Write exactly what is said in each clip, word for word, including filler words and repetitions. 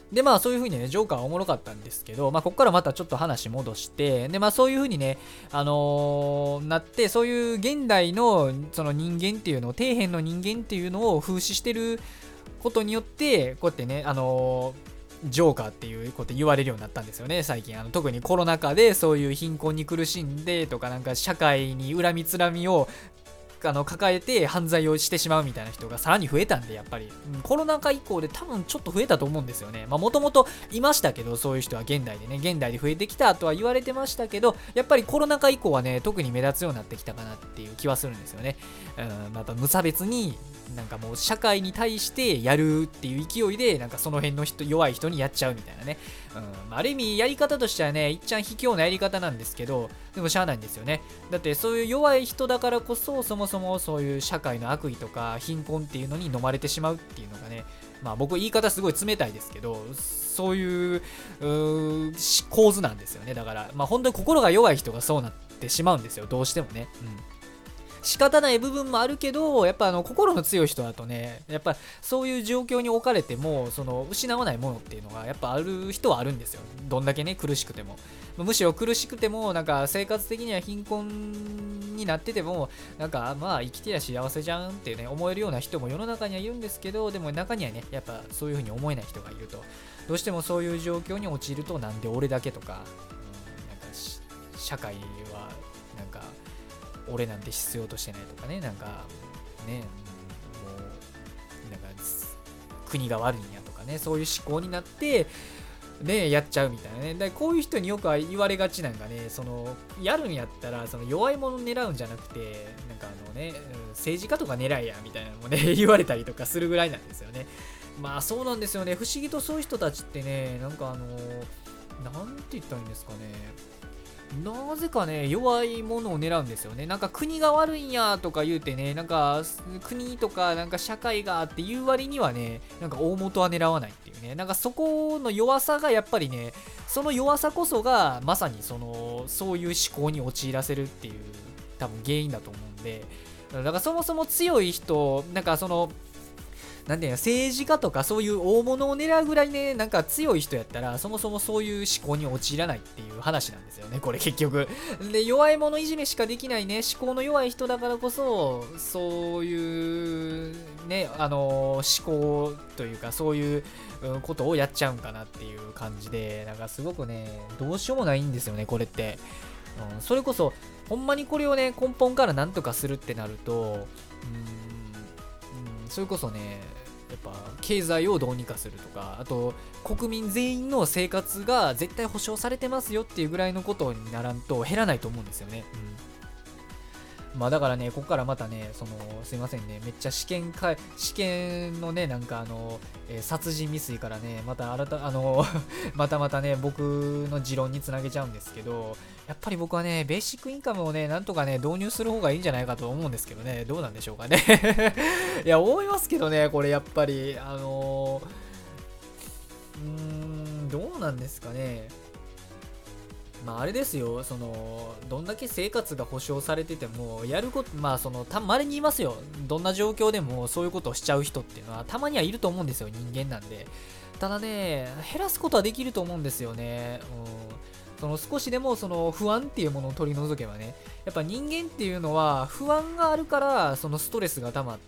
でまあそういう風にねジョーカーはおもろかったんですけど、まあここからまたちょっと話戻して、でまあそういう風にねあのーなって、そういう現代のその人間っていうのを、底辺の人間っていうのを風刺してることによって、こうやってねあのージョーカーっていうこと言われるようになったんですよね最近。あの特にコロナ禍でそういう貧困に苦しんでとか、なんか社会に恨みつらみをあの抱えて犯罪をしてしまうみたいな人がさらに増えたんで、やっぱり、うん、コロナ禍以降で多分ちょっと増えたと思うんですよね。まあもともといましたけど、そういう人は現代でね現代で増えてきたとは言われてましたけど、やっぱりコロナ禍以降はね特に目立つようになってきたかなっていう気はするんですよね。うん、また無差別になんかもう社会に対してやるっていう勢いで、なんかその辺の人弱い人にやっちゃうみたいなね、うん、ある意味やり方としてはねいっちゃん卑怯なやり方なんですけど、でもしゃあないんですよね。だってそういう弱い人だからこそ、そもそもそういう社会の悪意とか貧困っていうのに飲まれてしまうっていうのがね、まあ僕言い方すごい冷たいですけど、そういう、うー構図なんですよね。だからまあ本当に心が弱い人がそうなってしまうんですよ、どうしてもね。うん、仕方ない部分もあるけど、やっぱあの心の強い人だとね、やっぱそういう状況に置かれてもその失わないものっていうのがやっぱある人はあるんですよ。どんだけね苦しくても、むしろ苦しくてもなんか生活的には貧困になってても、なんかまあ生きてりゃ幸せじゃんってね思えるような人も世の中にはいるんですけど、でも中にはねやっぱそういう風に思えない人がいると、どうしてもそういう状況に陥ると、なんで俺だけとか、うん、なんか社会はなんか俺なんて必要としてないとかね、なんかね、もうなんか国が悪いんやとかね、そういう思考になってねやっちゃうみたいなね。だこういう人によく言われがちなんかね、そのやるんやったらその弱い者を狙うんじゃなくて、なんかあのね政治家とか狙いやみたいなのもね言われたりとかするぐらいなんですよね。まあそうなんですよね。不思議とそういう人たちってね、なんかあのなんて言ったらいいんですかね、なぜかね弱いものを狙うんですよね。なんか国が悪いんやとか言うてね、なんか国とかなんか社会がっていう割にはね、なんか大元は狙わないっていうね、なんかそこの弱さがやっぱりね、その弱さこそがまさにそのそういう思考に陥らせるっていう多分原因だと思うんで、だからそもそも強い人、なんかそのなんていうの、政治家とかそういう大物を狙うぐらいね、なんか強い人やったら、そもそもそういう思考に陥らないっていう話なんですよね、これ結局。で、弱い者いじめしかできないね、思考の弱い人だからこそ、そういうね、あの思考というか、そういうことをやっちゃうんかなっていう感じで、なんかすごくね、どうしようもないんですよね、これって。うん、それこそ、ほんまにこれをね、根本からなんとかするってなると、うん、それこそね、やっぱ経済をどうにかするとか、あと国民全員の生活が絶対保障されてますよっていうぐらいのことにならんと減らないと思うんですよね。うん、まあだからね、ここからまたね、そのすいませんね、めっちゃ試験か試験のね、なんかあの、えー殺人未遂からね、また新たあのまたまたね、僕の持論につなげちゃうんですけど、やっぱり僕はね、ベーシックインカムをね、なんとかね、導入する方がいいんじゃないかと思うんですけどね、どうなんでしょうかね。いや、思いますけどね、これやっぱり、あのー、うーん、どうなんですかね。まああれですよ、そのどんだけ生活が保障されててもやること、まあそのたまにいますよ、どんな状況でもそういうことをしちゃう人っていうのはたまにはいると思うんですよ、人間なんで。ただね、減らすことはできると思うんですよね。うん、その少しでもその不安っていうものを取り除けばね、やっぱ人間っていうのは不安があるからそのストレスが溜まって、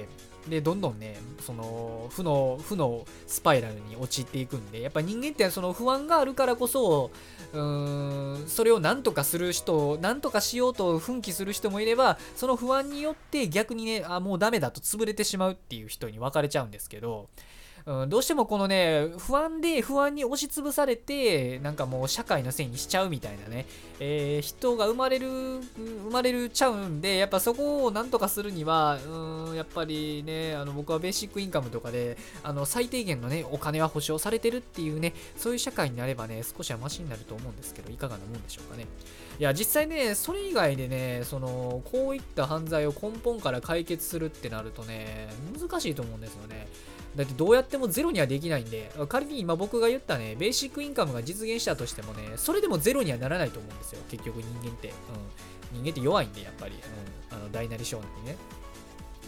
でどんどんねその負の負のスパイラルに陥っていくんで、やっぱ人間ってその不安があるからこそ、うーんそれを何とかする人、何とかしようと奮起する人もいれば、その不安によって逆にね、あもうダメだと潰れてしまうっていう人に分かれちゃうんですけど、うん、どうしてもこのね不安で不安に押しつぶされて、なんかもう社会のせいにしちゃうみたいなね、えー人が生まれる生まれるちゃうんで、やっぱそこをなんとかするには、うん、やっぱりね、あの僕はベーシックインカムとかであの最低限のねお金は保証されてるっていうね、そういう社会になればね少しはマシになると思うんですけど、いかがなもんでしょうかね。いや実際ね、それ以外でね、そのこういった犯罪を根本から解決するってなるとね、難しいと思うんですよね。だってどうやってもゼロにはできないんで、仮に今僕が言ったね、ベーシックインカムが実現したとしてもね、それでもゼロにはならないと思うんですよ、結局人間って。うん、人間って弱いんで、やっぱり。うん、あの大なり小なりね。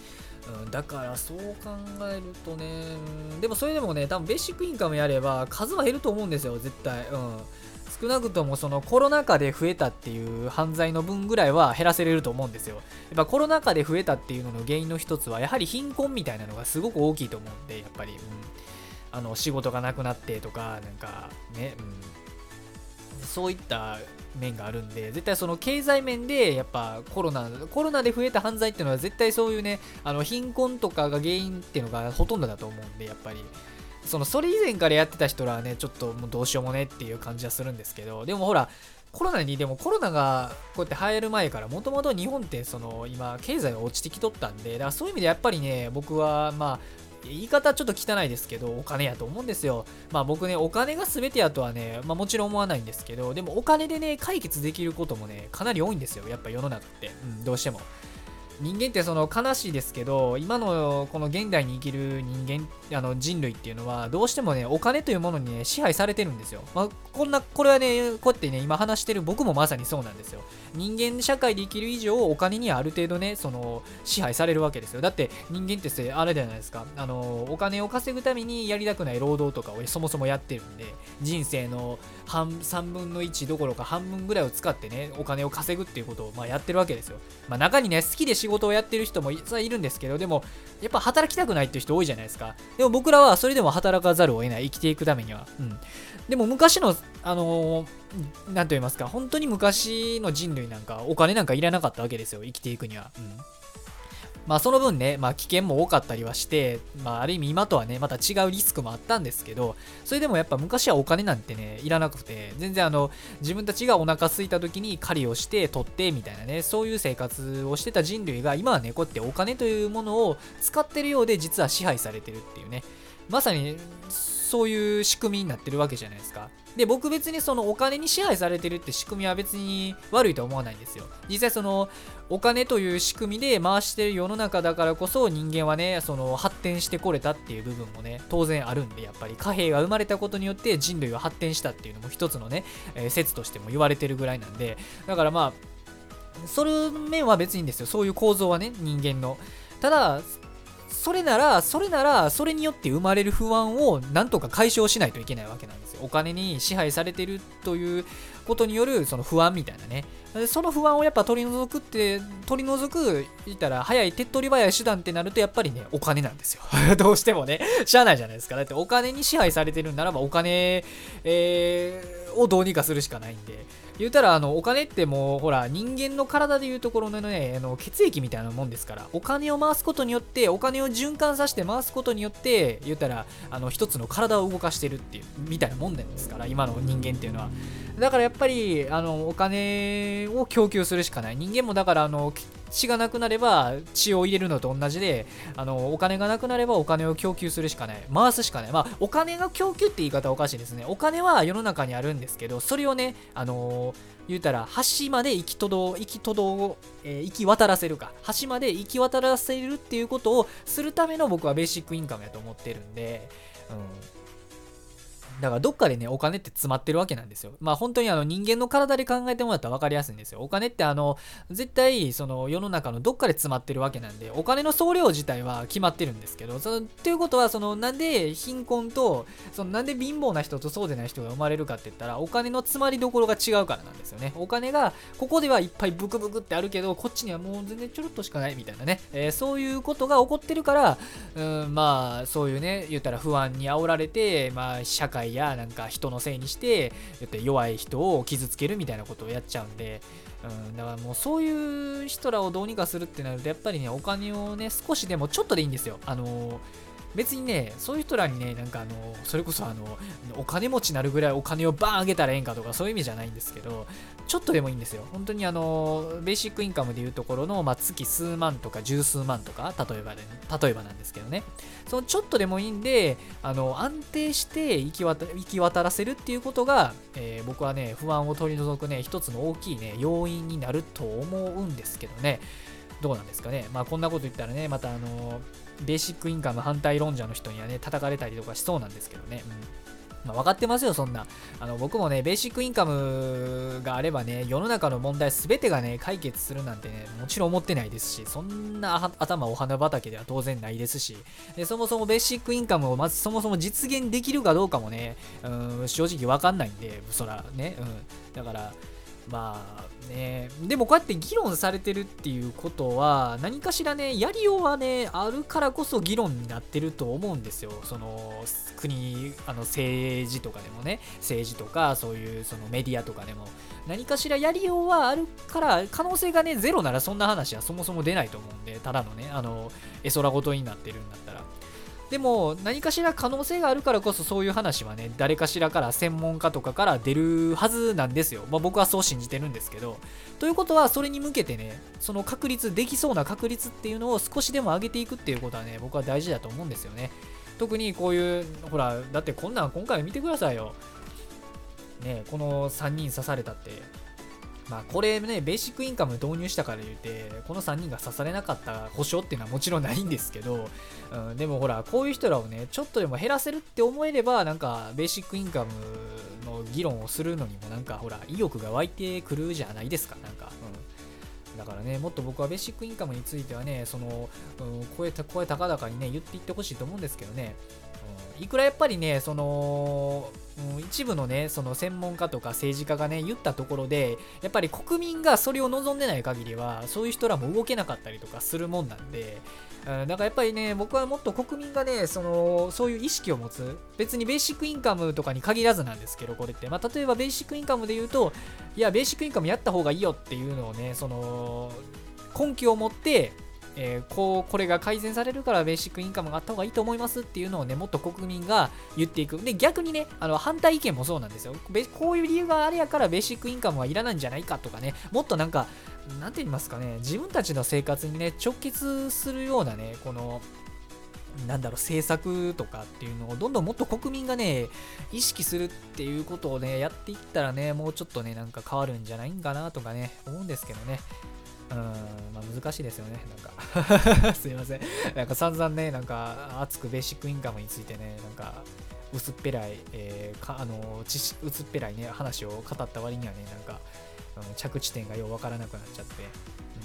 うん、だからそう考えるとね、うん、でもそれでもね、多分ベーシックインカムやれば数は減ると思うんですよ、絶対。うん。少なくともそのコロナ禍で増えたっていう犯罪の分ぐらいは減らせれると思うんですよ。やっぱコロナ禍で増えたっていうのの原因の一つは、やはり貧困みたいなのがすごく大きいと思うんで、やっぱり、うん、あの仕事がなくなってとか、なんかね、うん、そういった面があるんで、絶対その経済面でやっぱコロナコロナで増えた犯罪っていうのは絶対そういうね、あの貧困とかが原因っていうのがほとんどだと思うんで、やっぱりそのそれ以前からやってた人らはね、ちょっともうどうしようもねっていう感じはするんですけど、でもほらコロナにでもコロナがこうやって流行る前からもともと日本ってその今経済が落ちてきとったんで、だからそういう意味でやっぱりね、僕はまあ言い方ちょっと汚いですけど、お金やと思うんですよ。まあ僕ね、お金が全てやとはね、まあもちろん思わないんですけど、でもお金でね、解決できることもね、かなり多いんですよ。やっぱ世の中って。うん、どうしても。人間ってその悲しいですけど、今のこの現代に生きる人間、あの人類っていうのはどうしてもね、お金というものにね、支配されてるんですよ。まあ、こんな、これはね、こうやってね、今話してる僕もまさにそうなんですよ。人間社会で生きる以上、お金にはある程度ね、その支配されるわけですよ。だって人間ってあれじゃないですか、あのお金を稼ぐためにやりたくない労働とかをそもそもやってるんで、人生の半さんぶんのいちどころか半分ぐらいを使ってね、お金を稼ぐっていうことをまあやってるわけですよ。まあ、中にね、好きで仕事をやってる人もいるんですけど、でもやっぱ働きたくないっていう人多いじゃないですか。でも僕らはそれでも働かざるを得ない、生きていくためには。うん。でも昔のあのー、なんと言いますか、本当に昔の人類なんかお金なんかいらなかったわけですよ、生きていくには。うん。まあその分ね、まあ危険も多かったりはして、まあある意味今とはね、また違うリスクもあったんですけど、それでもやっぱ昔はお金なんてね、いらなくて、全然あの、自分たちがお腹空いた時に狩りをして取ってみたいなね、そういう生活をしてた人類が今はね、こうやってお金というものを使ってるようで実は支配されてるっていうね、まさにそういう仕組みになってるわけじゃないですか。で、僕別にそのお金に支配されてるって仕組みは別に悪いとは思わないんですよ。実際そのお金という仕組みで回してる世の中だからこそ人間はね、その発展してこれたっていう部分もね、当然あるんで、やっぱり貨幣が生まれたことによって人類は発展したっていうのも一つのね、えー説としても言われてるぐらいなんで、だからまあ、それ面は別にいいんですよ。そういう構造はね、人間の。ただ、それなら、それなら、それによって生まれる不安をなんとか解消しないといけないわけなんですよ。お金に支配されてるということによるその不安みたいなね。その不安をやっぱ取り除くって、取り除く、言ったら早い手っ取り早い手段ってなるとやっぱりね、お金なんですよ。どうしてもね、しゃあないじゃないですか。だってお金に支配されてるんならばお金、えー、をどうにかするしかないんで。言うたらあのお金ってもうほら人間の体でいうところのねあの血液みたいなもんですから、お金を回すことによってお金を循環させて回すことによって言ったらあの一つの体を動かしてるっていうみたいなもんなんですから、今の人間っていうのは。だからやっぱりあのお金を供給するしかない。人間もだからあの血がなくなれば血を入れるのと同じで、あのお金がなくなればお金を供給するしかない、回すしかない。まあお金が供給って言い方はおかしいですね。お金は世の中にあるんですけど、それをねあの言うたら橋まで行き届行き届えー、行き渡らせるか橋まで行き渡らせるっていうことをするための僕はベーシックインカムやと思ってるんで、うんだからどっかでね、お金って詰まってるわけなんですよ。まあ本当にあの人間の体で考えてもらったら分かりやすいんですよ。お金ってあの、絶対その世の中のどっかで詰まってるわけなんで、お金の総量自体は決まってるんですけど、そのっていうことはそのなんで貧困と、そのなんで貧乏な人とそうでない人が生まれるかって言ったら、お金の詰まりどころが違うからなんですよね。お金が、ここではいっぱいブクブクってあるけど、こっちにはもう全然ちょろっとしかないみたいなね。えー、そういうことが起こってるから、うん、まあそういうね、言ったら不安に煽られて、まあ社会やなんか人のせいにして弱い人を傷つけるみたいなことをやっちゃうんで、うん、だからもうそういう人らをどうにかするってなるとやっぱりねお金をね少しでもちょっとでいいんですよ。あの別にねそういう人らにねなんかあのそれこそあのお金持ちになるぐらいお金をバーンあげたらええんかとかそういう意味じゃないんですけど、ちょっとでもいいんですよ。本当にあのベーシックインカムでいうところの、まあ、月数万とか十数万とか例えばで、ね、例えばなんですけどね、そのちょっとでもいいんであの安定して行き渡行き渡らせるっていうことが、えー、僕はね不安を取り除くね一つの大きいね要因になると思うんですけどね。どうなんですかね。まあこんなこと言ったらねまたあのベーシックインカム反対論者の人にはね叩かれたりとかしそうなんですけどね、 まあ、分かってますよ、そんな。あの僕もね、ベーシックインカムがあればね、世の中の問題すべてがね、解決するなんてね、もちろん思ってないですし、そんな頭お花畑では当然ないですし、でそもそもベーシックインカムをまずそもそも実現できるかどうかもね、うん、正直分かんないんで、そらね、うん。だから、まあね、でもこうやって議論されてるっていうことは、何かしらね、やりようはね、あるからこそ議論になってると思うんですよ。その国、あの政治とかでもね、政治とかそういうそのメディアとかでも、何かしらやりようはあるから、可能性がね、ゼロならそんな話はそもそも出ないと思うんで、ただのね、あの、絵空事になってるんだったら。でも何かしら可能性があるからこそそういう話はね誰かしらから専門家とかから出るはずなんですよ、まあ、僕はそう信じてるんですけど、ということはそれに向けてねその確率できそうな確率っていうのを少しでも上げていくっていうことはね僕は大事だと思うんですよね。特にこういうほらだってこんなん今回見てくださいよね、このさんにん刺されたってまあこれね、ベーシックインカム導入したから言うて、このさんにんが刺されなかった保証っていうのはもちろんないんですけど、うん、でもほら、こういう人らをね、ちょっとでも減らせるって思えれば、なんか、ベーシックインカムの議論をするのにも、なんかほら、意欲が湧いてくるじゃないですか、なんか。うん、だからね、もっと僕はベーシックインカムについてはね、その、うん、声、声高々にね、言っていってほしいと思うんですけどね、うん、いくらやっぱりね、その、うん、一部のね、その専門家とか政治家がね、言ったところで、やっぱり国民がそれを望んでない限りは、そういう人らも動けなかったりとかするもんなんで、うん、だからやっぱりね、僕はもっと国民がね、その、そういう意識を持つ、別にベーシックインカムとかに限らずなんですけど、これって、まあ、例えばベーシックインカムで言うと、いや、ベーシックインカムやった方がいいよっていうのをね、その、根拠を持って、えー、こうこれが改善されるからベーシックインカムがあった方がいいと思いますっていうのをねもっと国民が言っていく。で逆にねあの反対意見もそうなんですよ。こういう理由があれやからベーシックインカムはいらないんじゃないかとかね、もっとなんかなんて言いますかね、自分たちの生活にね直結するようなねこのなんだろう政策とかっていうのをどんどんもっと国民がね意識するっていうことをねやっていったらねもうちょっとねなんか変わるんじゃないんかなとかね思うんですけどね。うん、まあ難しいですよね。なんかすいません。なんか散々ね、なんか熱くベーシックインカムについてね、なんか薄っぺらい、えー、かあの知識薄っぺらいね話を語った割にはね、なんか、うん、着地点がようわからなくなっちゃって、うん、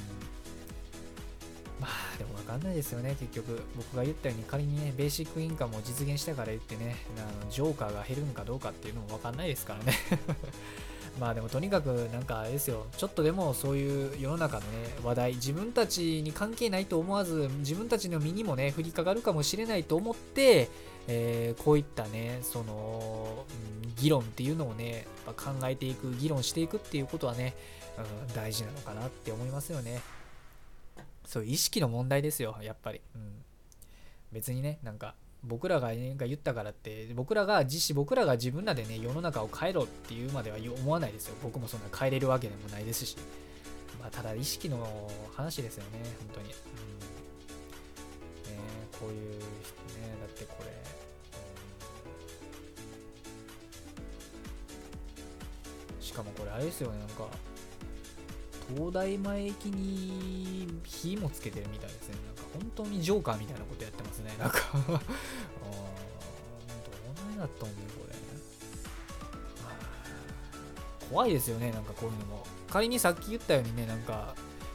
まあでもわかんないですよね。結局僕が言ったように仮にねベーシックインカムを実現したから言ってね、あのジョーカーが減るんかどうかっていうのもわかんないですからね。まあでもとにかくなんかあれですよ、ちょっとでもそういう世の中のね話題、自分たちに関係ないと思わず自分たちの身にもね降りかかるかもしれないと思って、えー、こういったねその、うん、議論っていうのをねやっぱ考えていく議論していくっていうことはね、うん、大事なのかなって思いますよね。そういう意識の問題ですよやっぱり、うん、別にねなんか僕らが、ね、が言ったからって僕らが自身僕らが自分らでね世の中を変えろっていうまでは思わないですよ。僕もそんな変えれるわけでもないですし、まあ、ただ意識の話ですよね本当に、うんね、こういう人ねだってこれ、うん、しかもこれあれですよねなんか東大前駅に火もつけてるみたいですね。なんか本当にジョーカーみたいなことやってますね。なんかあどうなんだったんだよこれ。怖いですよねなんかこういうのも。仮にさっき言ったようにねなんか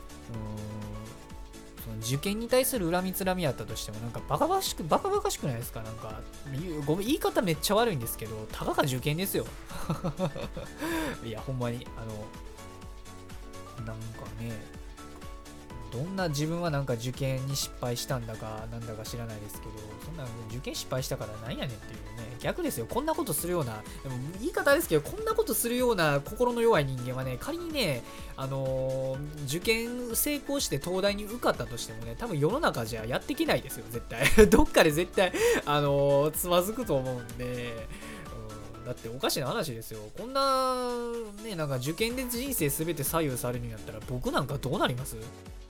うーんその受験に対する恨みつらみやったとしてもなんかバカバカしくバカバカしくないですか。なんかごめん言い方めっちゃ悪いんですけどたかが受験ですよ。いやほんまにあのなんかねどんな自分はなんか受験に失敗したんだかなんだか知らないですけどそんな受験失敗したからなんやねんっていうね逆ですよ。こんなことするようなでも言い方ですけどこんなことするような心の弱い人間はね仮にねあのー、受験成功して東大に受かったとしてもね多分世の中じゃやっていけないですよ絶対。どっかで絶対あのー、つまずくと思うんでだっておかしな話ですよ。こんなねなんか受験で人生すべて左右されるんやったら僕なんかどうなります？